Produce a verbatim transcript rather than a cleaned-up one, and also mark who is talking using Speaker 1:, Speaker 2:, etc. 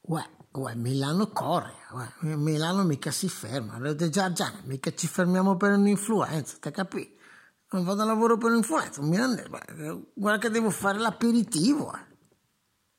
Speaker 1: Uè, uè, Milano corre, uè. Milano mica si ferma, già già, mica ci fermiamo per un'influenza, te capì? Non vado a lavoro per un'influenza, Milano, guarda che devo fare l'aperitivo, eh.